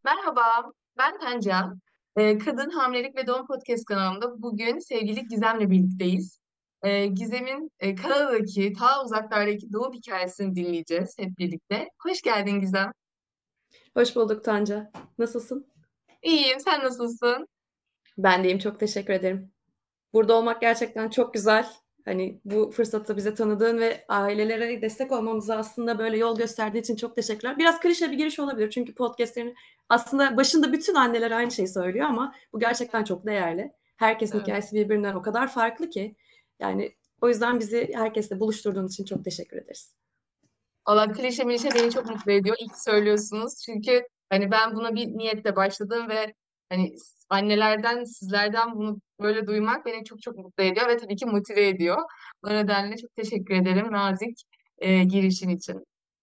Merhaba, ben Tanca. Kadın Hamilelik ve Doğum Podcast kanalında bugün sevgili Gizem'le birlikteyiz. Gizem'in Kanada'daki, ta uzaklardaki doğum hikayesini dinleyeceğiz hep birlikte. Hoş geldin Gizem. Hoş bulduk Tanca. Nasılsın? İyiyim, sen nasılsın? Ben de iyiyim, çok teşekkür ederim. Burada olmak gerçekten çok güzel. Hani bu fırsatı bize tanıdığın ve ailelere destek olmamıza aslında böyle yol gösterdiğin için çok teşekkürler. Biraz klişe bir giriş olabilir çünkü podcast'lerin aslında başında bütün anneler aynı şeyi söylüyor ama bu gerçekten çok değerli. Herkesin Evet. hikâyesi birbirinden o kadar farklı ki. Yani o yüzden bizi herkesle buluşturduğun için çok teşekkür ederiz. Valla klişe milişe beni çok mutlu ediyor. İlk söylüyorsunuz. Çünkü hani ben buna bir niyetle başladım ve hani annelerden, sizlerden bunu böyle duymak beni çok çok mutlu ediyor ve tabii ki motive ediyor. Bu nedenle çok teşekkür ederim nazik girişin için.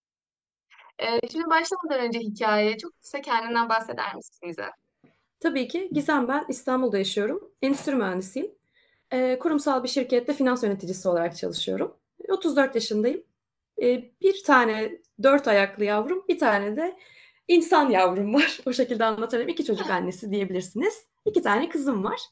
Şimdi başlamadan önce hikayeye çok kısa kendinden bahseder misin bize? Tabii ki. Gizem ben, İstanbul'da yaşıyorum. Endüstri mühendisiyim. Kurumsal bir şirkette finans yöneticisi olarak çalışıyorum. 34 yaşındayım. Bir tane 4 ayaklı yavrum, bir tane de insan yavrum var. O şekilde anlatabilirim. 2 çocuk annesi diyebilirsiniz. 2 tane kızım var.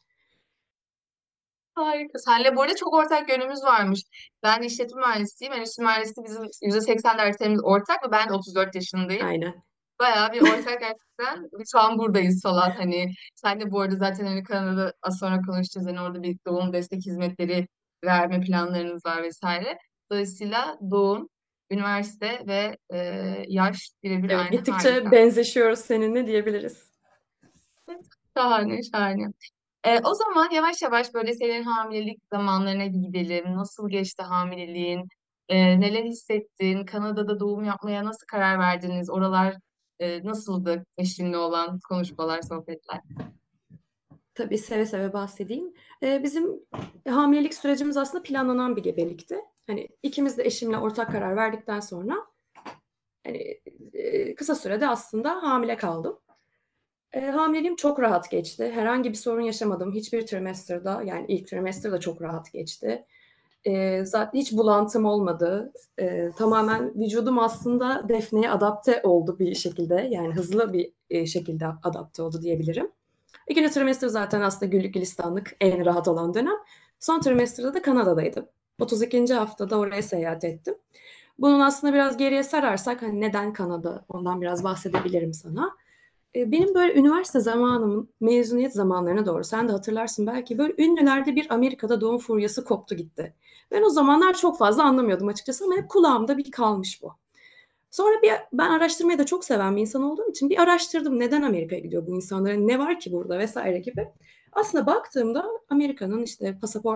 Harika. Senle bu arada çok ortak yönümüz varmış. Ben işletme mühendisiyim. Endüstri mühendisliği bizim %80 derslerimiz ortak ve ben de 34 yaşındayım. Aynen. Bayağı bir ortak gerçekten. Biz şu an buradayız falan. Hani sen de bu arada zaten hani Kanada'da az sonra konuşacağız. Hani orada bir doğum destek hizmetleri verme planlarınız var vesaire. Dolayısıyla doğum, üniversite ve yaş birebir Evet, aynı, gittikçe harika. benzeşiyoruz seninle diyebiliriz. Şahane, şahane. O zaman yavaş yavaş böyle senin hamilelik zamanlarına bir gidelim. Nasıl geçti hamileliğin? Neler hissettin? Kanada'da doğum yapmaya nasıl karar verdiniz? Oralar nasıldı eşinle olan konuşmalar, sohbetler? Tabii, seve seve bahsedeyim. Bizim hamilelik sürecimiz aslında planlanan bir gebelikti. Hani ikimiz de eşimle ortak karar verdikten sonra hani, kısa sürede aslında hamile kaldım. Hamileliğim çok rahat geçti. Herhangi bir sorun yaşamadım. Hiçbir trimester'da, yani ilk trimester de çok rahat geçti. Zaten hiç bulantım olmadı. Tamamen vücudum aslında Defne'ye adapte oldu bir şekilde. Yani hızlı bir şekilde adapte oldu diyebilirim. İkinci trimester zaten aslında güllük gülistanlık en rahat olan dönem. Son trimester'da da Kanada'daydım. 32. haftada oraya seyahat ettim. Bunun aslında biraz geriye sararsak hani neden Kanada ondan biraz bahsedebilirim sana. Benim böyle üniversite zamanımın mezuniyet zamanlarına doğru sen de hatırlarsın belki böyle ünlülerde bir Amerika'da doğum furyası koptu gitti. Ben o zamanlar çok fazla anlamıyordum açıkçası ama hep kulağımda bir kalmış bu. Sonra ben araştırmayı da çok seven bir insan olduğum için bir araştırdım. Neden Amerika'ya gidiyor bu insanlar? Ne var ki burada vesaire gibi. Aslında baktığımda Amerika'nın işte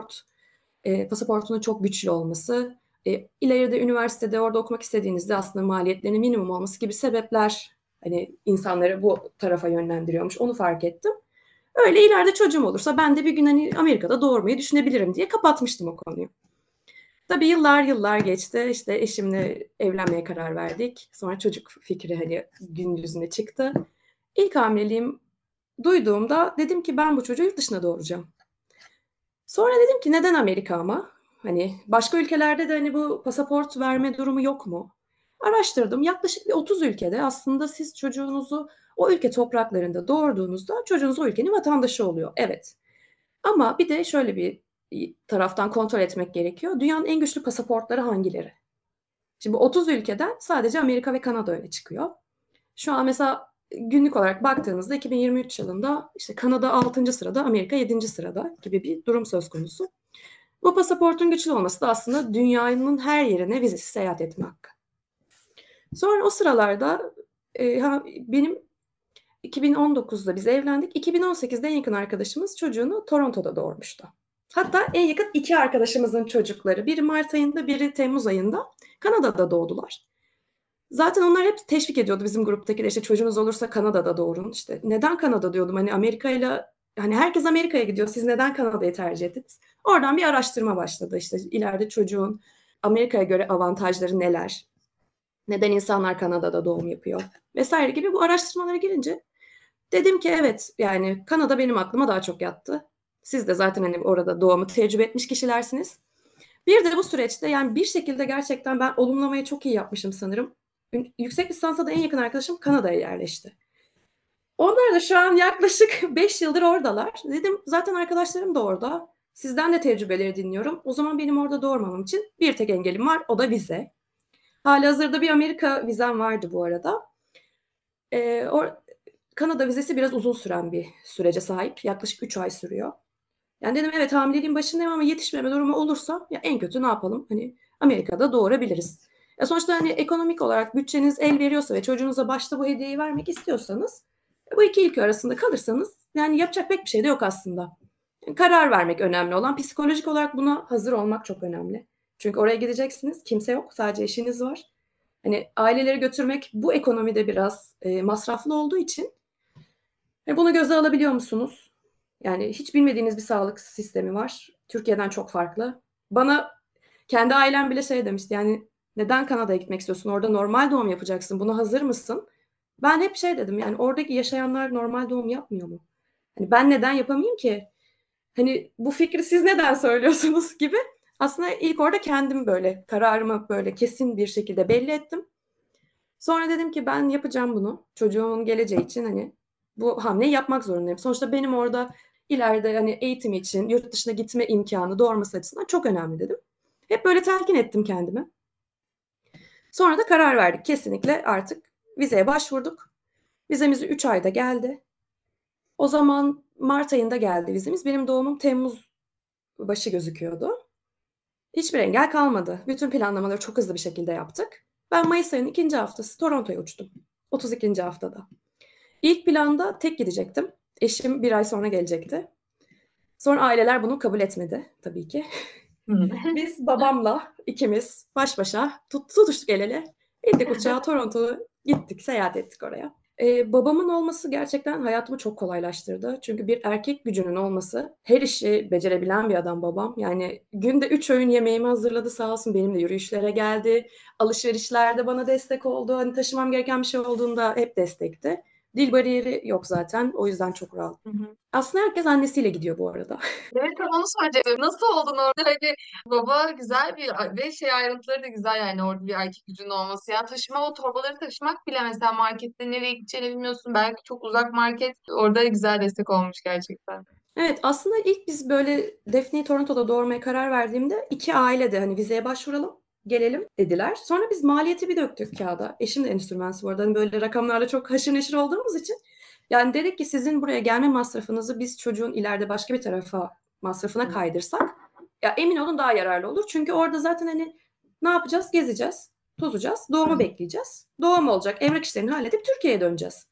pasaportunun çok güçlü olması, ileride üniversitede orada okumak istediğinizde aslında maliyetlerinin minimum olması gibi sebepler hani insanları bu tarafa yönlendiriyormuş. Onu fark ettim. Öyle ileride çocuğum olursa ben de bir gün hani Amerika'da doğurmayı düşünebilirim diye kapatmıştım o konuyu. Tabii yıllar yıllar geçti. İşte eşimle evlenmeye karar verdik. Sonra çocuk fikri hani gün yüzüne çıktı. İlk hamileliğim duyduğumda dedim ki ben bu çocuğu yurt dışına doğuracağım. Sonra dedim ki neden Amerika ama? Hani başka ülkelerde de hani bu pasaport verme durumu yok mu? Araştırdım. Yaklaşık bir 30 ülkede aslında siz çocuğunuzu o ülke topraklarında doğurduğunuzda çocuğunuz o ülkenin vatandaşı oluyor. Evet. Ama bir de şöyle bir taraftan kontrol etmek gerekiyor. Dünyanın en güçlü pasaportları hangileri? Şimdi 30 ülkeden sadece Amerika ve Kanada öne çıkıyor. Şu an mesela günlük olarak baktığınızda 2023 yılında işte Kanada 6. sırada, Amerika 7. sırada gibi bir durum söz konusu. Bu pasaportun güçlü olması da aslında dünyanın her yerine vizesiz seyahat etme hakkı. Sonra o sıralarda benim 2019'da biz evlendik. 2018'de en yakın arkadaşımız çocuğunu Toronto'da doğurmuştu. Hatta en yakın iki arkadaşımızın çocukları biri Mart ayında biri Temmuz ayında Kanada'da doğdular. Zaten onlar hep teşvik ediyordu bizim gruptakiler işte çocuğunuz olursa Kanada'da doğurun. İşte neden Kanada diyordum hani Amerika'yla hani herkes Amerika'ya gidiyor siz neden Kanada'yı tercih ettiniz? Oradan bir araştırma başladı işte ileride çocuğun Amerika'ya göre avantajları neler? Neden insanlar Kanada'da doğum yapıyor? Vesaire gibi bu araştırmalara girince dedim ki evet yani Kanada benim aklıma daha çok yattı. Siz de zaten hani orada doğumu tecrübe etmiş kişilersiniz. Bir de bu süreçte yani bir şekilde gerçekten ben olumlamayı çok iyi yapmışım sanırım. Yüksek lisansa da en yakın arkadaşım Kanada'ya yerleşti. Onlar da şu an yaklaşık 5 yıldır oradalar. Dedim zaten arkadaşlarım da orada. Sizden de tecrübeleri dinliyorum. O zaman benim orada doğurmamam için bir tek engelim var. O da vize. Halihazırda bir Amerika vizem vardı bu arada. Ee, o, Kanada vizesi biraz uzun süren bir sürece sahip. Yaklaşık 3 ay sürüyor. Yani dedim evet hamileliğin başındayım ama yetişmeme durumu olursa ya en kötü ne yapalım? Hani Amerika'da doğurabiliriz. Ya sonuçta hani ekonomik olarak bütçeniz el veriyorsa ve çocuğunuza başta bu hediyeyi vermek istiyorsanız bu iki ilki arasında kalırsanız yani yapacak pek bir şey de yok aslında. Yani karar vermek önemli olan psikolojik olarak buna hazır olmak çok önemli. Çünkü oraya gideceksiniz kimse yok sadece eşiniz var. Hani aileleri götürmek bu ekonomide biraz masraflı olduğu için bunu göze alabiliyor musunuz? Yani hiç bilmediğiniz bir sağlık sistemi var. Türkiye'den çok farklı. Bana kendi ailem bile şey demişti yani neden Kanada'ya gitmek istiyorsun? Orada normal doğum yapacaksın. Buna hazır mısın? Ben hep şey dedim yani oradaki yaşayanlar normal doğum yapmıyor mu? Hani ben neden yapamayayım ki? Hani bu fikri siz neden söylüyorsunuz gibi. Aslında ilk orada kendim böyle kararımı böyle kesin bir şekilde belli ettim. Sonra dedim ki ben yapacağım bunu. Çocuğumun geleceği için hani bu hamleyi yapmak zorundayım. Sonuçta benim orada ileride hani eğitim için yurt dışına gitme imkanı doğurması açısından çok önemli dedim. Hep böyle telkin ettim kendime. Sonra da karar verdik. Kesinlikle artık vizeye başvurduk. Vizemiz 3 ayda geldi. O zaman Mart ayında geldi vizemiz. Benim doğumum Temmuz başı gözüküyordu. Hiçbir engel kalmadı. Bütün planlamaları çok hızlı bir şekilde yaptık. Ben Mayıs ayının ikinci haftası Toronto'ya uçtum. 32. haftada. İlk planda tek gidecektim. Eşim bir ay sonra gelecekti. Sonra aileler bunu kabul etmedi tabii ki. Hı. Biz babamla ikimiz baş başa tutuştuk el ele. Bindik uçağa Toronto'ya gittik, seyahat ettik oraya. Babamın olması gerçekten hayatımı çok kolaylaştırdı. Çünkü bir erkek gücünün olması, her işi becerebilen bir adam babam. Yani günde 3 öğün yemeğimi hazırladı sağ olsun. Benimle yürüyüşlere geldi. Alışverişlerde bana destek oldu. Hani taşımam gereken bir şey olduğunda hep destekti. Dil bariyeri yok zaten. O yüzden çok rahat. Hı hı. Aslında herkes annesiyle gidiyor bu arada. Evet, tam onu soracaktım. Nasıl oldun orada? Hani baba güzel bir ve şey ayrıntıları da güzel yani orada bir erkek gücünün olması. Ya taşıma o torbaları taşımak bile mesela markette nereye gideceğini bilmiyorsun. Belki çok uzak market. Orada güzel destek olmuş gerçekten. Evet, aslında ilk biz böyle Defne'yi Toronto'da doğurmaya karar verdiğimde iki aile de hani vizeye başvuralım, gelelim dediler. Sonra biz maliyeti bir döktük kağıda. Eşim de endüstri mühendisi bu arada. Hani böyle rakamlarla çok haşır neşir olduğumuz için. Yani dedik ki sizin buraya gelme masrafınızı biz çocuğun ileride başka bir tarafa masrafına Evet. kaydırsak ya emin olun daha yararlı olur. Çünkü orada zaten hani ne yapacağız? Gezeceğiz, tozacağız, doğumu Evet. bekleyeceğiz. Doğum olacak, evrak işlerini halledip Türkiye'ye döneceğiz.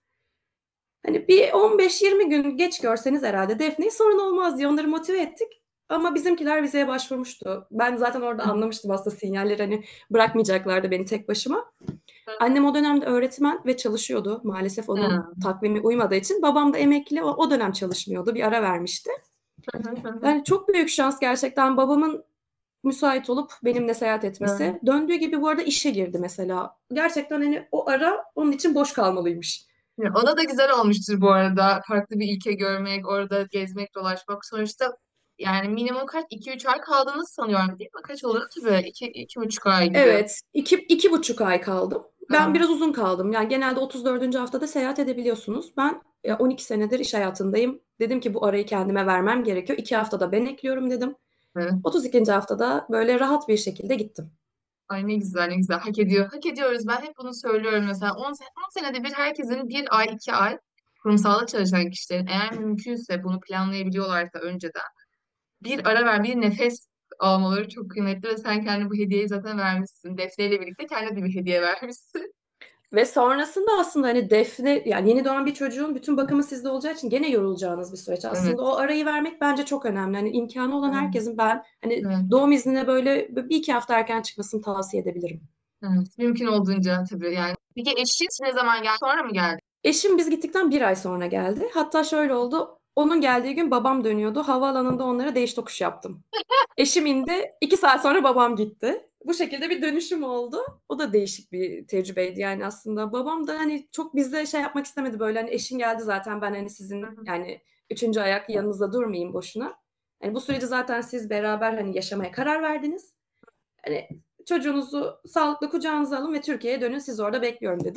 Hani bir 15-20 gün geç görseniz herhalde Defne'yi sorun olmaz diye onları motive ettik. Ama bizimkiler vizeye başvurmuştu. Ben zaten orada Hı hı. anlamıştım aslında sinyalleri hani bırakmayacaklardı beni tek başıma. Annem o dönemde öğretmen ve çalışıyordu. Maalesef onun Hı. takvimi uymadığı için. Babam da emekli o dönem çalışmıyordu. Bir ara vermişti. Hı hı. Hı hı. Yani çok büyük şans gerçekten babamın müsait olup benimle seyahat Evet. etmesi. Döndüğü gibi bu arada işe girdi mesela. Gerçekten hani o ara onun için boş kalmalıymış. Ya ona da güzel olmuştur bu arada. Farklı bir ülke görmek, orada gezmek, dolaşmak. Sonuçta yani minimum kaç? 2-3 ay kaldınız sanıyorum değil mi? Kaç oluyor tabii? 2-2,5 ay gibi. Evet, iki buçuk ay kaldım. Ben Evet. biraz uzun kaldım. Yani genelde 34. haftada seyahat edebiliyorsunuz. Ben 12 senedir iş hayatındayım. Dedim ki bu arayı kendime vermem gerekiyor. 2 haftada ben ekliyorum dedim. Evet. 32. haftada böyle rahat bir şekilde gittim. Ay ne güzel ne güzel. Hak ediyor. Hak ediyoruz. Ben hep bunu söylüyorum mesela. 10 senede bir herkesin bir ay 2 ay kurumsalda çalışan kişilerin eğer mümkünse bunu planlayabiliyorlarsa önceden bir ara ver, bir nefes almaları çok kıymetli ve sen kendi bu hediyeyi zaten vermişsin. Defne ile birlikte kendine de bir hediye vermişsin. Ve sonrasında aslında hani Defne yani yeni doğan bir çocuğun bütün bakımı sizde olacağı için gene yorulacağınız bir süreç. Evet. Aslında o arayı vermek bence çok önemli. Hani imkanı olan Evet. herkesin ben hani Evet. doğum iznine böyle bir iki hafta erken çıkmasını tavsiye edebilirim. Evet. Mümkün olduğunca tabii yani. Peki eşin ne zaman geldi? Sonra mı geldi? Eşim biz gittikten bir ay sonra geldi. Hatta şöyle oldu. Onun geldiği gün babam dönüyordu. Havaalanında onlara değiş tokuş yaptım. Eşim indi. 2 saat sonra babam gitti. Bu şekilde bir dönüşüm oldu. O da değişik bir tecrübeydi yani aslında. Babam da hani çok bizde şey yapmak istemedi böyle. Hani eşin geldi zaten ben hani Hı sizin hı. yani üçüncü ayak yanınızda durmayayım boşuna. Hani bu süreci zaten siz beraber hani yaşamaya karar verdiniz. Hani çocuğunuzu sağlıklı kucağınıza alın ve Türkiye'ye dönün siz orada bekliyorum dedi.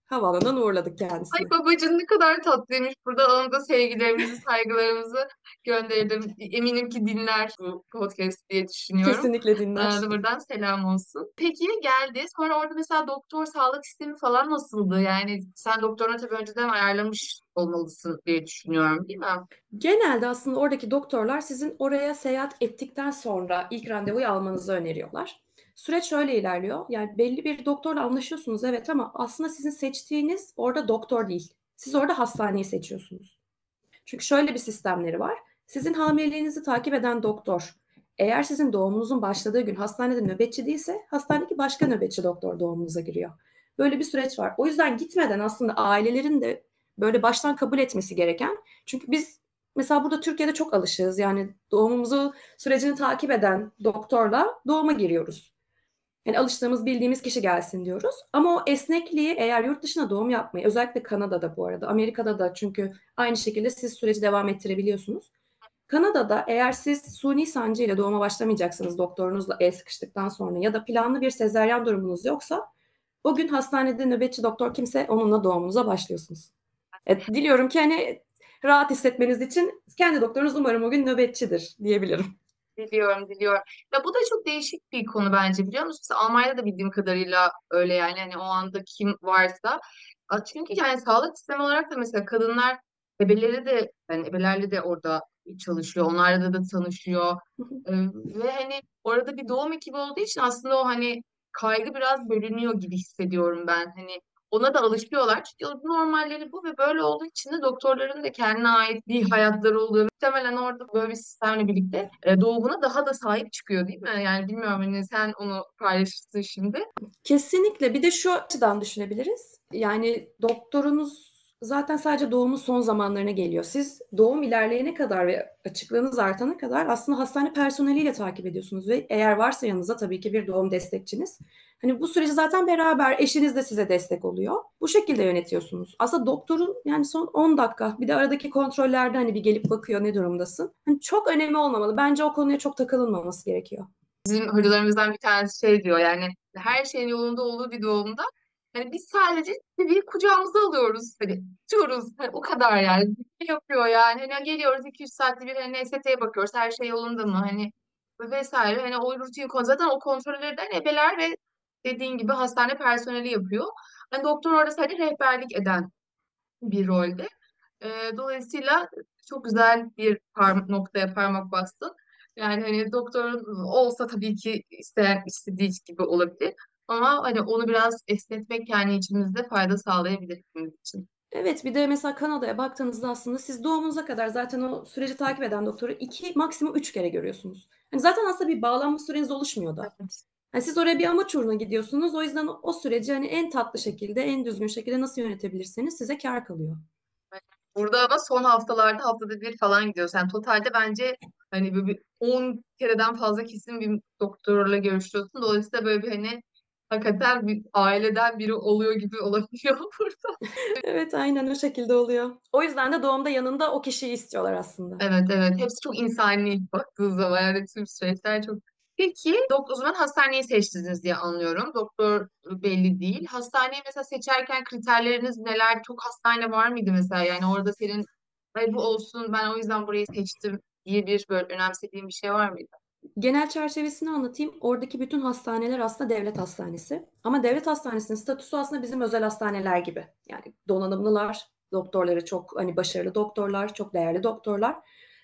Havaalanından uğurladık Ay kendisini. babacığım ne kadar tatlıymış. Burada ona da sevgilerimizi, saygılarımızı gönderdim. Eminim ki dinler bu podcast diye düşünüyorum. Kesinlikle Ona dinler. da buradan selam olsun. Peki geldi. Sonra orada mesela doktor sağlık sistemi falan nasıldı? Yani sen doktoruna tabii önceden ayarlamış olmalısın diye düşünüyorum, değil mi? Genelde aslında oradaki doktorlar sizin oraya seyahat ettikten sonra ilk randevuyu almanızı öneriyorlar. Süreç şöyle ilerliyor. Yani belli bir doktorla anlaşıyorsunuz evet ama aslında sizin seçtiğiniz orada doktor değil. Siz orada hastaneyi seçiyorsunuz. Çünkü şöyle bir sistemleri var. Sizin hamileliğinizi takip eden doktor eğer sizin doğumunuzun başladığı gün hastanede nöbetçi değilse hastanedeki başka nöbetçi doktor doğumunuza giriyor. Böyle bir süreç var. O yüzden gitmeden aslında ailelerin de böyle baştan kabul etmesi gereken. Çünkü biz mesela burada Türkiye'de çok alışığız. Yani doğumumuzu sürecini takip eden doktorla doğuma giriyoruz. Yani alıştığımız, bildiğimiz kişi gelsin diyoruz. Ama o esnekliği eğer yurt dışına doğum yapmayı, özellikle Kanada'da bu arada, Amerika'da da çünkü aynı şekilde siz süreci devam ettirebiliyorsunuz. Kanada'da eğer siz suni sancı ile doğuma başlamayacaksınız doktorunuzla el sıkıştıktan sonra ya da planlı bir sezaryen durumunuz yoksa o gün hastanede nöbetçi doktor kimse onunla doğumunuza başlıyorsunuz. Diliyorum ki hani rahat hissetmeniz için kendi doktorunuz umarım o gün nöbetçidir diyebilirim. Diliyorum, diliyorum. Ya bu da çok değişik bir konu bence, biliyor musun? Mesela Almanya'da da bildiğim kadarıyla öyle yani. Hani o anda kim varsa. Çünkü yani sağlık sistemi olarak da mesela kadınlar ebeleri de yani ebelerle de orada çalışıyor. Onlarla da tanışıyor. Ee, Ve hani orada bir doğum ekibi olduğu için aslında o hani kaygı biraz bölünüyor gibi hissediyorum ben. Hani ona da alışıyorlar. Çünkü o normalleri bu ve böyle olduğu için de doktorların da kendine ait bir hayatları oluyor. Muhtemelen orada böyle bir sistemle birlikte doğumuna daha da sahip çıkıyor, değil mi? Yani bilmiyorum hani sen onu paylaşırsın şimdi. Kesinlikle. Bir de şu açıdan düşünebiliriz. Yani doktorunuz zaten sadece doğumun son zamanlarına geliyor. Siz doğum ilerleyene kadar ve açıklığınız artana kadar aslında hastane personeliyle takip ediyorsunuz ve eğer varsa yanınızda tabii ki bir doğum destekçiniz. Hani bu süreci zaten beraber eşiniz de size destek oluyor. Bu şekilde yönetiyorsunuz. Aslında doktorun yani son 10 dakika bir de aradaki kontrollerde hani bir gelip bakıyor ne durumdasın. Hani çok önemi olmamalı. Bence o konuya çok takılınmaması gerekiyor. Bizim hocalarımızdan bir tanesi şey diyor, yani her şeyin yolunda olduğu bir doğumda hani biz sadece bir kucağımıza alıyoruz, hani tutuyoruz, hani o kadar yani. Ne yapıyor yani, hani geliyoruz 2-3 saatte bir hani ST'ye bakıyoruz, her şey yolunda mı hani vesaire, hani o rutin konu zaten, o kontrolleri de hani ebeler ve dediğin gibi hastane personeli yapıyor. Hani doktor orada sadece rehberlik eden bir rolde. Dolayısıyla çok güzel bir noktaya parmak bastın. Yani hani doktorun olsa tabii ki isteyen istediği gibi olabilir. Ama hani onu biraz esnetmek yani içimizde fayda sağlayabilir bizim için. Evet, bir de mesela Kanada'ya baktığınızda aslında siz doğumuza kadar zaten o süreci takip eden doktoru 2 maksimum 3 kere görüyorsunuz. Hani zaten aslında bir bağlanma süreniz oluşmuyor da. Evet. Hani siz oraya bir amaç uğruna gidiyorsunuz. O yüzden o süreci hani en tatlı şekilde, en düzgün şekilde nasıl yönetebilirseniz size kâr kalıyor. Burada ama son haftalarda haftada bir falan gidiyoruz. Yani totalde bence hani böyle bir 10 kereden fazla kesin bir doktorla görüşüyorsun. Dolayısıyla böyle bir hani hakikaten bir aileden biri oluyor gibi olabiliyor burada. Evet, aynen o şekilde oluyor. O yüzden de doğumda yanında o kişiyi istiyorlar aslında. Evet, evet. Hepsi çok insani baktığı zaman. Yani tüm süreçler çok... Peki, o zaman hastaneyi seçtiniz diye anlıyorum. Doktor belli değil. Hastaneyi mesela seçerken kriterleriniz neler? Çok hastane var mıydı mesela? Yani orada senin "Ay, bu olsun, ben o yüzden burayı seçtim" diye bir böyle önemsediğin bir şey var mıydı? Genel çerçevesini anlatayım. Oradaki bütün hastaneler aslında devlet hastanesi. Ama devlet hastanesinin statüsü aslında bizim özel hastaneler gibi. Yani donanımlılar, doktorları çok hani başarılı doktorlar, çok değerli doktorlar.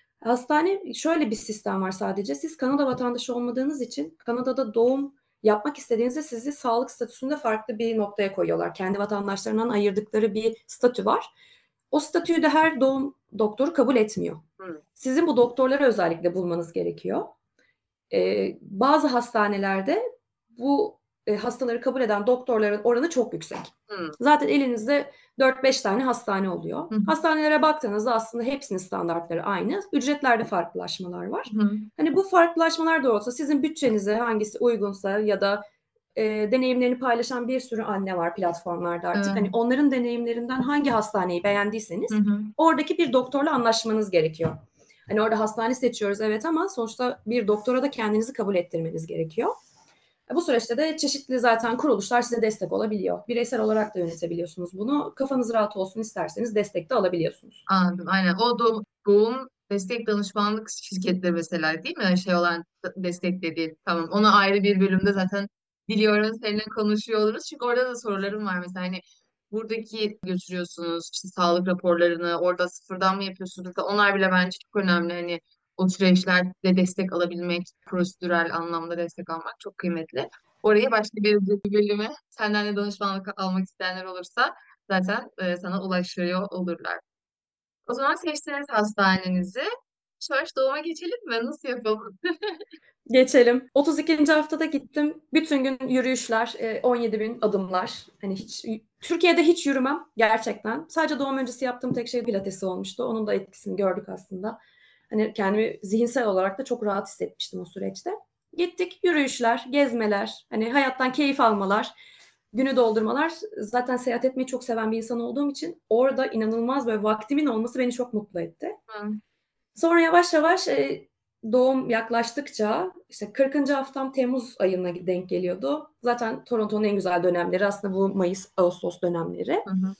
Hastane şöyle bir sistem var sadece. Siz Kanada vatandaşı olmadığınız için Kanada'da doğum yapmak istediğinizde sizi sağlık statüsünde farklı bir noktaya koyuyorlar. Kendi vatandaşlarından ayırdıkları bir statü var. O statüyü de her doğum doktoru kabul etmiyor. Hı, Sizin bu doktorları özellikle bulmanız gerekiyor. Bazı hastanelerde bu hastaları kabul eden doktorların oranı çok yüksek. hı, Zaten elinizde 4-5 tane hastane oluyor. hı, Hastanelere baktığınızda aslında hepsinin standartları aynı. Ücretlerde farklılaşmalar var. hı. Hani bu farklılaşmalar da olsa sizin bütçenize hangisi uygunsa ya da deneyimlerini paylaşan bir sürü anne var platformlarda artık. Evet. Hani onların deneyimlerinden hangi hastaneyi Hı beğendiyseniz hı. oradaki bir doktorla anlaşmanız gerekiyor. Hani orada hastane seçiyoruz evet ama sonuçta bir doktora da kendinizi kabul ettirmeniz gerekiyor. Bu süreçte de çeşitli zaten kuruluşlar size destek olabiliyor. Bireysel olarak da yönetebiliyorsunuz bunu. Kafanız rahat olsun isterseniz destek de alabiliyorsunuz. Anladım. Aynen. O doğum destek danışmanlık şirketleri mesela değil mi? Şey olan destek dediğin. Tamam. Onu ayrı bir bölümde zaten biliyoruz. Seninle konuşuyor oluruz. Çünkü orada da sorularım var. Mesela hani buradaki götürüyorsunuz işte sağlık raporlarını orada sıfırdan mı yapıyorsunuz? Da onlar bile bence çok önemli. Hani o süreçlerde destek alabilmek, prosedürel anlamda destek almak çok kıymetli. Orayı başka bir bölüme senden de danışmanlık almak isteyenler olursa zaten sana ulaşıyor olurlar. O zaman seçtiniz hastanenizi. Şöyle doğuma geçelim mi? Nasıl yapalım? Geçelim. 32. haftada gittim. Bütün gün yürüyüşler, 17 bin adımlar. Hani Türkiye'de hiç yürümem gerçekten. Sadece doğum öncesi yaptığım tek şey pilatesi olmuştu. Onun da etkisini gördük aslında. Hani kendimi zihinsel olarak da çok rahat hissetmiştim o süreçte. Gittik yürüyüşler, gezmeler, hani hayattan keyif almalar, günü doldurmalar. Zaten seyahat etmeyi çok seven bir insan olduğum için orada inanılmaz böyle vaktimin olması beni çok mutlu etti. Hı. Sonra yavaş yavaş doğum yaklaştıkça işte 40. haftam Temmuz ayına denk geliyordu. Zaten Toronto'nun en güzel dönemleri aslında bu Mayıs, Ağustos dönemleri. Hı hı.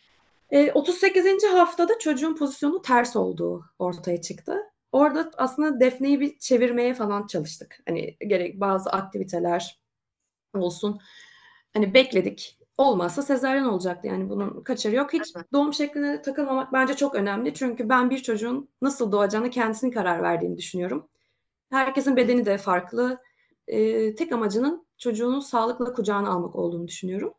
38. haftada çocuğun pozisyonu ters olduğu ortaya çıktı. Orada aslında Defne'yi bir çevirmeye falan çalıştık. Hani gerek bazı aktiviteler olsun. Hani bekledik. Olmazsa sezaryen olacaktı. Yani bunun kaçarı yok. Hiç Evet. doğum şekline takılmamak bence çok önemli. Çünkü ben bir çocuğun nasıl doğacağını kendisinin karar verdiğini düşünüyorum. Herkesin bedeni de farklı. Tek amacının çocuğunun sağlıkla kucağına almak olduğunu düşünüyorum.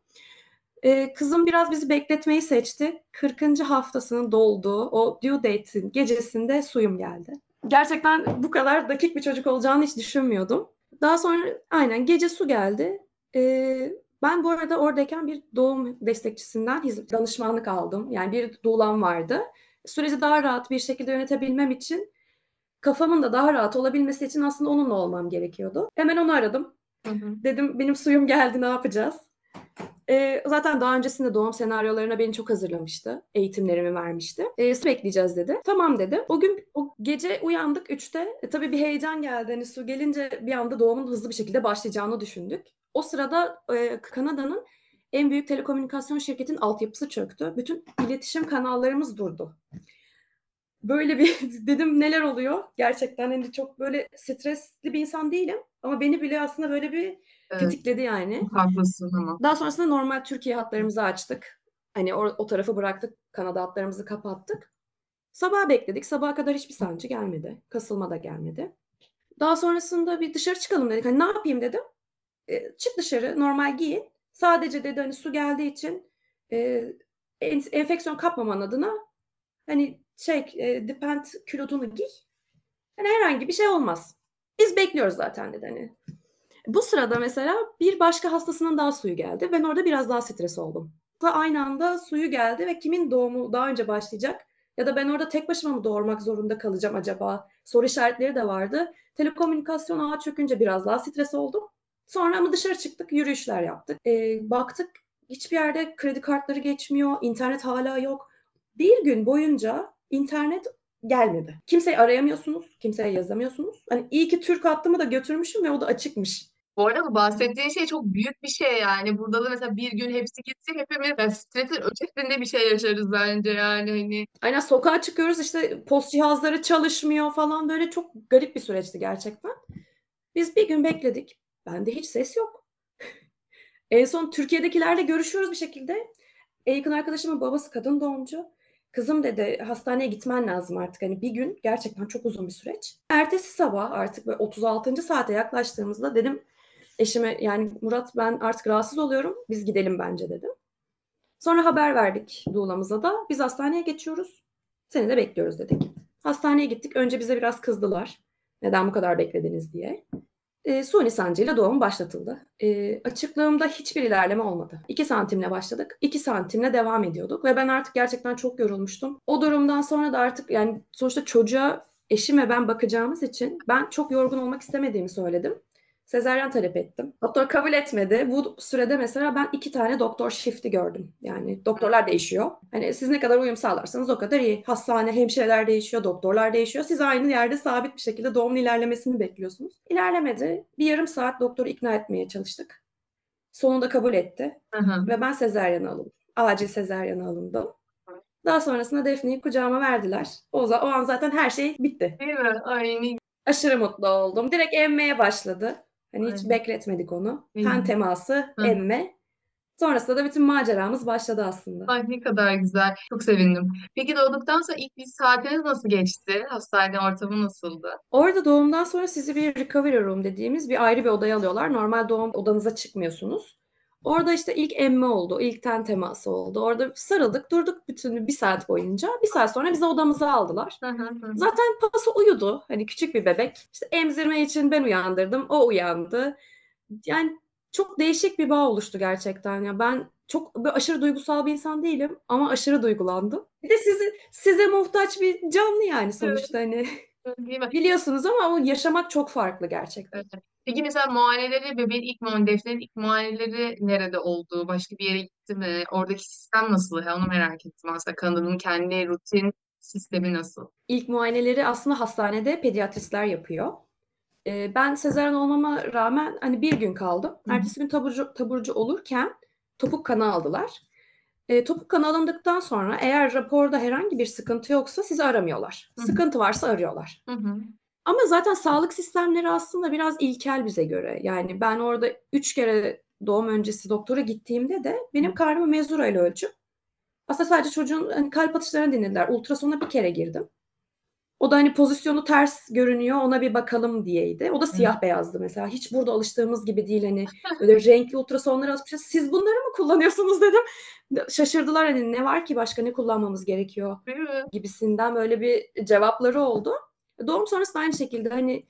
Kızım biraz bizi bekletmeyi seçti. 40. haftasının dolduğu o due date'in gecesinde suyum geldi. Gerçekten bu kadar dakik bir çocuk olacağını hiç düşünmüyordum. Daha sonra aynen gece su geldi. Ben bu arada oradayken bir doğum destekçisinden danışmanlık aldım. Yani bir doulam vardı. Süreci daha rahat bir şekilde yönetebilmem için, kafamın da daha rahat olabilmesi için aslında onunla olmam gerekiyordu. Hemen onu aradım. Hı hı. Dedim benim suyum geldi, ne yapacağız? Zaten daha öncesinde doğum senaryolarına beni çok hazırlamıştı. Eğitimlerimi vermişti. Su bekleyeceğiz dedi. Tamam dedim. O gün o gece uyandık 3'te. Tabii bir heyecan geldi. Hani su gelince bir anda doğumun hızlı bir şekilde başlayacağını düşündük. O sırada Kanada'nın en büyük telekomünikasyon şirketinin altyapısı çöktü. Bütün iletişim kanallarımız durdu. Böyle bir dedim neler oluyor? Gerçekten hani çok böyle stresli bir insan değilim. Ama beni bile aslında böyle bir Evet. tetikledi yani. Çok haklısın ama. Daha sonrasında normal Türkiye hatlarımızı açtık. Hani o tarafı bıraktık. Kanada hatlarımızı kapattık. Sabah bekledik. Sabaha kadar hiçbir sancı gelmedi. Kasılma da gelmedi. Daha sonrasında bir dışarı çıkalım dedik. Hani ne yapayım dedim. Çık dışarı normal giyin. Sadece dedi hani su geldiği için e, enfeksiyon kapmaman adına hani dipent külotunu giy. Hani herhangi bir şey olmaz. Biz bekliyoruz zaten dedi hani. Bu sırada mesela bir başka hastasının daha suyu geldi. Ben orada biraz daha stres oldum. Aynı anda suyu geldi ve kimin doğumu daha önce başlayacak? Ya da ben orada tek başıma mı doğurmak zorunda kalacağım acaba? Soru işaretleri de vardı. Telekomünikasyon ağı çökünce biraz daha stres oldum. Sonra ama dışarı çıktık, yürüyüşler yaptık. Baktık hiçbir yerde kredi kartları geçmiyor, internet hala yok. Bir gün boyunca internet gelmedi. Kimseyi arayamıyorsunuz, kimseye yazamıyorsunuz. Hani iyi ki Türk hattımı da götürmüşüm ve o da açıkmış. Bu arada bu bahsettiğin şey çok büyük bir şey yani. Burada da mesela bir gün hepsi gitse hepimiz yani stresin ötesinde bir şey yaşarız bence yani hani. Aynen sokağa çıkıyoruz işte post cihazları çalışmıyor falan böyle çok garip bir süreçti gerçekten. Biz bir gün bekledik. Bende hiç ses yok. En son Türkiye'dekilerle görüşüyoruz bir şekilde. En yakın arkadaşımın babası kadın doğumcu. Kızım dedi hastaneye gitmen lazım artık. Hani bir gün gerçekten çok uzun bir süreç. Ertesi sabah artık böyle 36. saate yaklaştığımızda dedim eşime yani Murat ben artık rahatsız oluyorum. Biz gidelim bence dedim. Sonra haber verdik Doğulamıza da. Biz hastaneye geçiyoruz. Seni de bekliyoruz dedik. Hastaneye gittik. Önce bize biraz kızdılar. Neden bu kadar beklediniz diye. Suni sancıyla doğum başlatıldı. Açıklığımda hiçbir ilerleme olmadı. 2 santimle başladık. 2 santimle devam ediyorduk. Ve ben artık gerçekten çok yorulmuştum. O durumdan sonra da artık yani sonuçta çocuğa eşim ve ben bakacağımız için ben çok yorgun olmak istemediğimi söyledim. Sezaryen talep ettim. Doktor kabul etmedi. Bu sürede mesela ben 2 tane doktor shifti gördüm. Yani doktorlar değişiyor. Hani siz ne kadar uyum sağlarsanız o kadar iyi. Hastane, hemşireler değişiyor, doktorlar değişiyor. Siz aynı yerde sabit bir şekilde doğumun ilerlemesini bekliyorsunuz. İlerlemedi. Bir yarım saat doktoru ikna etmeye çalıştık. Sonunda kabul etti. Hı hı. Ve ben sezaryene alındım. Acil sezaryene alındım. Daha sonrasında Defne'yi kucağıma verdiler. O an zaten her şey bitti. Değil mi? Ay ne, Aşırı mutlu oldum. Direkt emmeye başladı. Hani hiç ay, bekletmedik onu. ne Ten güzel. teması, Hı hı. emme. Sonrasında da bütün maceramız başladı aslında. Ay ne kadar güzel. Çok sevindim. Peki doğduktan sonra ilk bir saatiniz nasıl geçti? Hastane ortamı nasıldı? Orada doğumdan sonra sizi bir recovery room dediğimiz bir ayrı bir odaya alıyorlar. Normal doğum odanıza çıkmıyorsunuz. Orada işte ilk emme oldu, ilk ten teması oldu. Orada sarıldık, durduk bütün 1 saat boyunca. 1 saat sonra bizi odamıza aldılar. Hı hı hı. Zaten Paso uyudu. Hani küçük bir bebek. İşte emzirme için ben uyandırdım, o uyandı. Yani çok değişik bir bağ oluştu gerçekten. Ya ben çok böyle aşırı duygusal bir insan değilim ama aşırı duygulandım. Bir de size muhtaç bir canlı yani Evet, sonuçta hani değil mi? biliyorsunuz ama o yaşamak çok farklı gerçekten. Evet. Peki mesela muayeneleri, bebeğin ilk muayene, Defne'nin ilk muayeneleri nerede oldu? Başka bir yere gitti mi? Oradaki sistem nasıl? Ya onu merak ettim aslında. Kanadının kendi rutin sistemi nasıl? İlk muayeneleri aslında hastanede pediatristler yapıyor. Ben sezaryen olmama rağmen hani bir gün kaldım. Hı hı. Ertesi gün taburcu olurken topuk kanı aldılar. Topuk kanı alındıktan sonra eğer raporda herhangi bir sıkıntı yoksa sizi aramıyorlar. Hı hı. Sıkıntı varsa arıyorlar. Hı hı. Ama zaten sağlık sistemleri aslında biraz ilkel bize göre. Yani ben orada 3 kere doğum öncesi doktora gittiğimde de benim karnımı mezura ile ölçüp aslında sadece çocuğun hani kalp atışlarını dinlediler. Ultrasona bir kere girdim. O da hani pozisyonu ters görünüyor ona bir bakalım diyeydi. O da Evet. siyah beyazdı mesela. Hiç burada alıştığımız gibi değil hani böyle renkli ultrasonlar alışmışız. Siz bunları mı kullanıyorsunuz dedim. Şaşırdılar hani ne var ki başka ne kullanmamız gerekiyor Değil mi? gibisinden böyle bir cevapları oldu. Doğum sonrası da aynı şekilde hani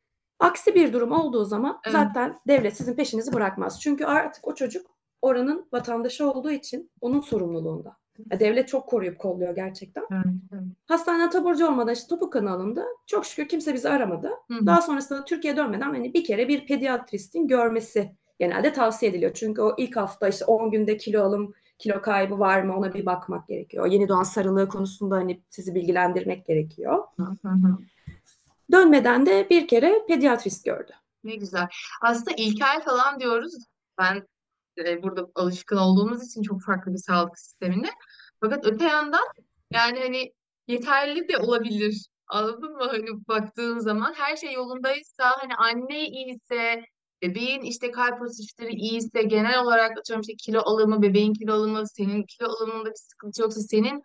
aksi bir durum olduğu zaman Evet. zaten devlet sizin peşinizi bırakmaz. Çünkü artık o çocuk oranın vatandaşı olduğu için onun sorumluluğunda. Devlet çok koruyup kolluyor gerçekten. Evet. Evet. Hastaneden taburcu olmadan işte topuk kanı alındı. Çok şükür kimse bizi aramadı. Hı hı. Daha sonrasında Türkiye'ye dönmeden hani bir kere bir pediatristin görmesi genelde tavsiye ediliyor. Çünkü o ilk hafta işte 10 günde kilo kaybı var mı ona bir bakmak gerekiyor. Yeni doğan sarılığı konusunda hani sizi bilgilendirmek gerekiyor. Hı hı. Dönmeden de bir kere pediatrist gördü. Ne güzel. Aslında ilkel falan diyoruz. Ben burada alışkın olduğumuz için çok farklı bir sağlık sistemine. Fakat öte yandan yani hani yeterli de olabilir. Anladın mı? Hani baktığın zaman her şey yolundaysa hani anne iyiyse bebeğin işte kalp atışları iyiyse genel olarak atıyorum işte kilo alımı bebeğin kilo alımı senin kilo alımında bir sıkıntı yoksa senin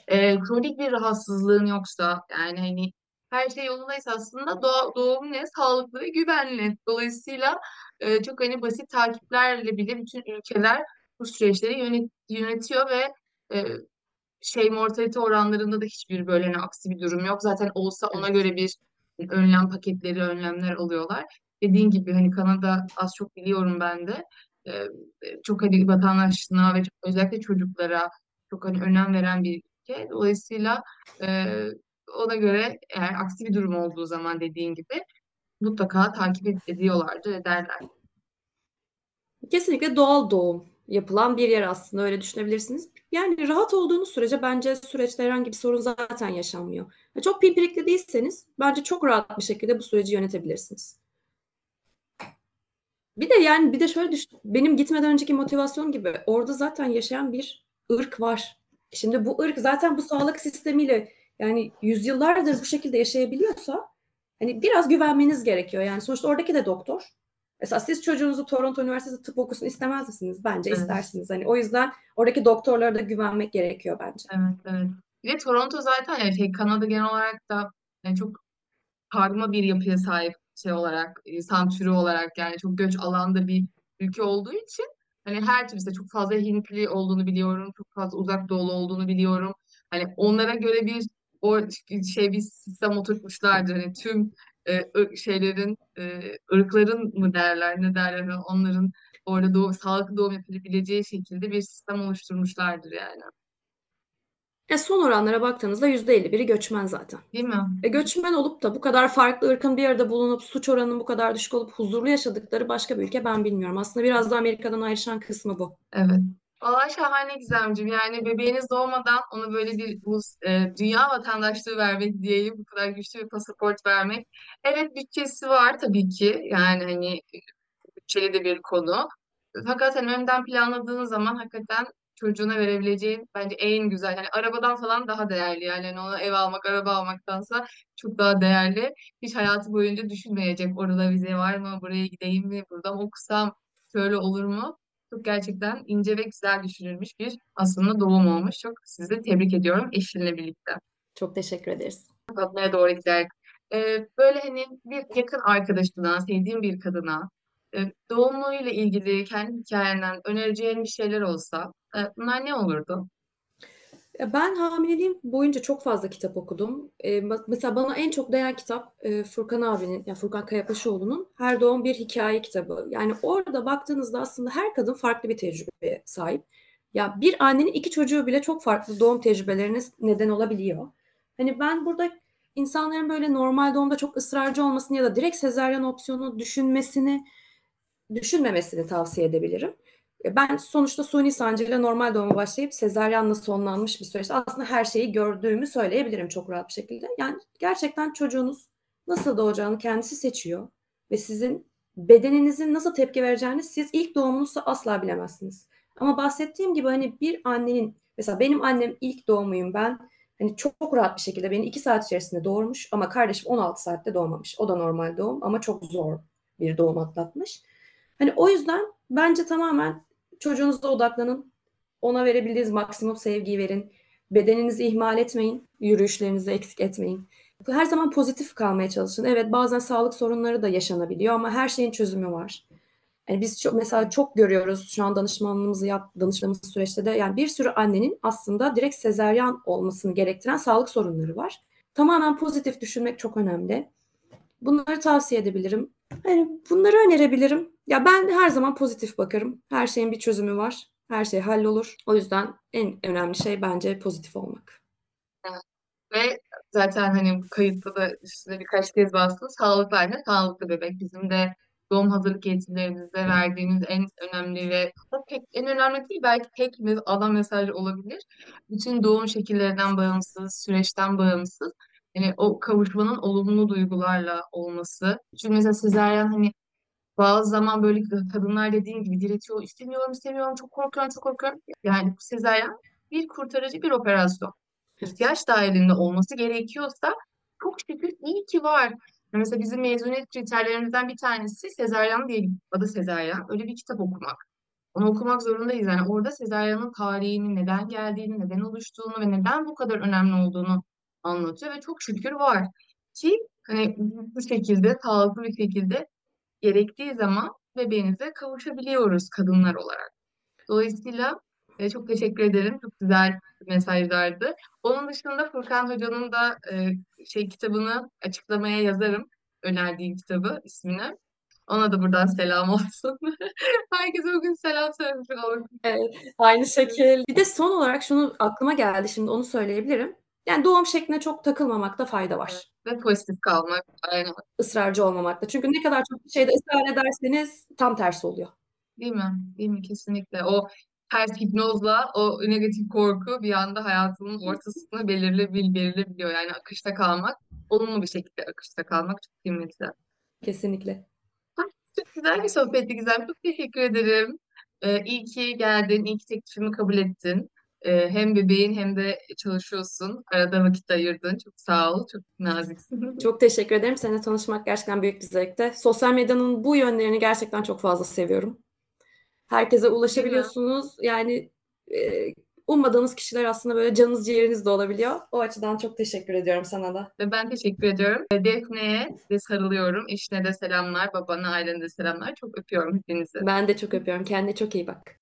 kronik bir rahatsızlığın yoksa yani hani her şey yolundaysa aslında doğum ne sağlıklı ve güvenli. Dolayısıyla çok hani basit takiplerle bile bütün ülkeler bu süreçleri yönetiyor ve e, mortalite oranlarında da hiçbir böyle hani aksi bir durum yok. Zaten olsa ona Evet. göre bir önlem paketleri, önlemler alıyorlar. Dediğin gibi hani Kanada az çok biliyorum ben de. Çok hani vatandaşlığına ve özellikle çocuklara çok hani önem veren bir ülke. Dolayısıyla e, ona göre eğer aksi bir durum olduğu zaman dediğin gibi mutlaka takip ediyorlardır, ederler. Kesinlikle doğal doğum yapılan bir yer aslında öyle düşünebilirsiniz. Yani rahat olduğunuz sürece bence süreçte herhangi bir sorun zaten yaşanmıyor. Çok pimpirikli değilseniz bence çok rahat bir şekilde bu süreci yönetebilirsiniz. Bir de şöyle düşün, benim gitmeden önceki motivasyon gibi orada zaten yaşayan bir ırk var. Şimdi bu ırk zaten bu sağlık sistemiyle yani yüzyıllardır bu şekilde yaşayabiliyorsa hani biraz güvenmeniz gerekiyor. Yani sonuçta oradaki de doktor. Mesela siz çocuğunuzu Toronto Üniversitesi tıp okusun istemez misiniz? Bence Evet, istersiniz. Hani o yüzden oradaki doktorlara da güvenmek gerekiyor bence. evet, evet. Bir de Toronto zaten yani Kanada genel olarak da yani çok karma bir yapıya sahip olarak, insan türü olarak yani çok göç alanda bir ülke olduğu için hani her türlü işte çok fazla Hintli olduğunu biliyorum, çok fazla uzak doğulu olduğunu biliyorum. Hani onlara göre bir o bir sistem oturtmuşlardır. Hani tüm ırkların mı derler, ne derler hani onların orada sağlıklı doğum yapabileceği şekilde bir sistem oluşturmuşlardır yani. Son oranlara baktığınızda %51'i göçmen zaten. Değil mi? Göçmen olup da bu kadar farklı ırkın bir arada bulunup suç oranının bu kadar düşük olup huzurlu yaşadıkları başka bir ülke ben bilmiyorum. Aslında biraz da Amerika'dan ayrışan kısmı bu. Evet. Valla şahane Gizemciğim. Yani bebeğiniz doğmadan ona böyle bir bu dünya vatandaşlığı vermek diyeyim. Bu kadar güçlü bir pasaport vermek. Evet, bütçesi var tabii ki. Yani hani bütçeli de bir konu. Fakat hani önden planladığın zaman hakikaten çocuğuna verebileceğin bence en güzel. Yani arabadan falan daha değerli. Yani hani ona ev almak, araba almaktansa çok daha değerli. Hiç hayatı boyunca düşünmeyecek. Orada vize var mı? Buraya gideyim mi? Buradan okusam şöyle olur mu? Çok gerçekten ince ve güzel düşünülmüş bir aslında doğum olmuş. Çok sizi tebrik ediyorum eşinle birlikte. Çok teşekkür ederiz. Kapatmaya doğru gider. Böyle hani bir yakın arkadaşına, sevdiğin bir kadına doğumuyla ilgili kendi hikayenden önereceğin bir şeyler olsa bunlar ne olurdu? Ben hamileliğim boyunca çok fazla kitap okudum. Mesela bana en çok değen kitap Furkan abinin, yani Furkan Kayapaşoğlu'nun Her Doğum Bir Hikaye kitabı. Yani orada baktığınızda aslında her kadın farklı bir tecrübeye sahip. Ya bir annenin iki çocuğu bile çok farklı doğum tecrübelerine neden olabiliyor. Hani ben burada insanların böyle normal doğumda çok ısrarcı olmasını ya da direkt sezaryen opsiyonu düşünmemesini tavsiye edebilirim. Ben sonuçta suni sancıyla normal doğuma başlayıp sezaryenle sonlanmış bir süreçte aslında her şeyi gördüğümü söyleyebilirim çok rahat bir şekilde. Yani gerçekten çocuğunuz nasıl doğacağını kendisi seçiyor ve sizin bedeninizin nasıl tepki vereceğini siz ilk doğumunuzda asla bilemezsiniz. Ama bahsettiğim gibi hani bir annenin, mesela benim annem ilk doğumuyum ben. Hani çok rahat bir şekilde beni 2 saat içerisinde doğurmuş ama kardeşim 16 saatte doğmamış. O da normal doğum ama çok zor bir doğum atlatmış. Hani o yüzden bence tamamen çocuğunuza odaklanın. Ona verebildiğiniz maksimum sevgiyi verin. Bedeninizi ihmal etmeyin. Yürüyüşlerinizi eksik etmeyin. Her zaman pozitif kalmaya çalışın. Evet, bazen sağlık sorunları da yaşanabiliyor ama her şeyin çözümü var. Yani biz mesela çok görüyoruz şu an danıştığımız süreçte de yani bir sürü annenin aslında direkt sezaryen olmasını gerektiren sağlık sorunları var. Tamamen pozitif düşünmek çok önemli. Bunları tavsiye edebilirim. Yani bunları önerebilirim. Ya ben her zaman pozitif bakarım. Her şeyin bir çözümü var. Her şey hallolur. O yüzden en önemli şey bence pozitif olmak. Evet. Ve zaten hani bu kayıtta da üstüne birkaç kez bastım. Sağlıklı anne, sağlıklı bebek. Bizim de doğum hazırlık eğitimlerimizde verdiğimiz en önemli ve hatta pek en önemli değil belki tek ana mesaj olabilir. Bütün doğum şekillerinden bağımsız, süreçten bağımsız. Yani o kavuşmanın olumlu duygularla olması. Çünkü mesela sezaryen hani bazı zaman böyle kadınlar dediğin gibi diretiyor. İstemiyorum, istemiyorum, çok korkuyorum, çok korkuyorum. Yani bu sezaryen bir kurtarıcı bir operasyon. Evet. İhtiyaç dahilinde olması gerekiyorsa çok şükür iyi ki var. Mesela bizim mezuniyet kriterlerimizden bir tanesi sezaryen değil, adı sezaryen. Öyle bir kitap okumak. Onu okumak zorundayız. Yani orada sezaryenin tarihini, neden geldiğini, neden oluştuğunu ve neden bu kadar önemli olduğunu anlatıyor ve çok şükür var. Ki hani bu şekilde, sağlıklı bir şekilde gerektiği zaman bebeğinize kavuşabiliyoruz kadınlar olarak. Dolayısıyla çok teşekkür ederim. Çok güzel mesajlardı. Onun dışında Furkan Hoca'nın da kitabını açıklamaya yazarım. Önerdiğim kitabı, ismini. Ona da buradan selam olsun. Herkese bugün selam söylemiş olalım. Evet, aynı şekil. Bir de son olarak şunu aklıma geldi, şimdi onu söyleyebilirim. Yani doğum şekline çok takılmamakta fayda Evet. var. Ve pozitif kalmak. Aynen. Israrcı olmamakta. Çünkü ne kadar çok bir şeyde ısrar ederseniz tam tersi oluyor. Değil mi? Değil mi? Kesinlikle. O ters hipnozla o negatif korku bir anda hayatının ortasını belirleyebiliyor. Yani akışta kalmak, olumlu bir şekilde akışta kalmak çok kıymetli. Kesinlikle. Ah, çok güzel bir sohbetti Gizem. Çok teşekkür ederim. İyi ki geldin, iyi ki teklifimi kabul ettin. Hem bebeğin hem de çalışıyorsun. Arada vakit ayırdın. Çok sağ ol. Çok naziksin. Çok teşekkür ederim. Seninle tanışmak gerçekten büyük bir zevkti. Sosyal medyanın bu yönlerini gerçekten çok fazla seviyorum. Herkese Değil mi? ulaşabiliyorsunuz. Yani ummadığınız kişiler aslında böyle canınız ciğeriniz de olabiliyor. O açıdan çok teşekkür ediyorum sana da. Ve ben teşekkür ediyorum. Defne'ye de sarılıyorum. Eşine de selamlar, babana, ailene de selamlar. Çok öpüyorum hepinizi. Ben de çok öpüyorum. Kendine çok iyi bak.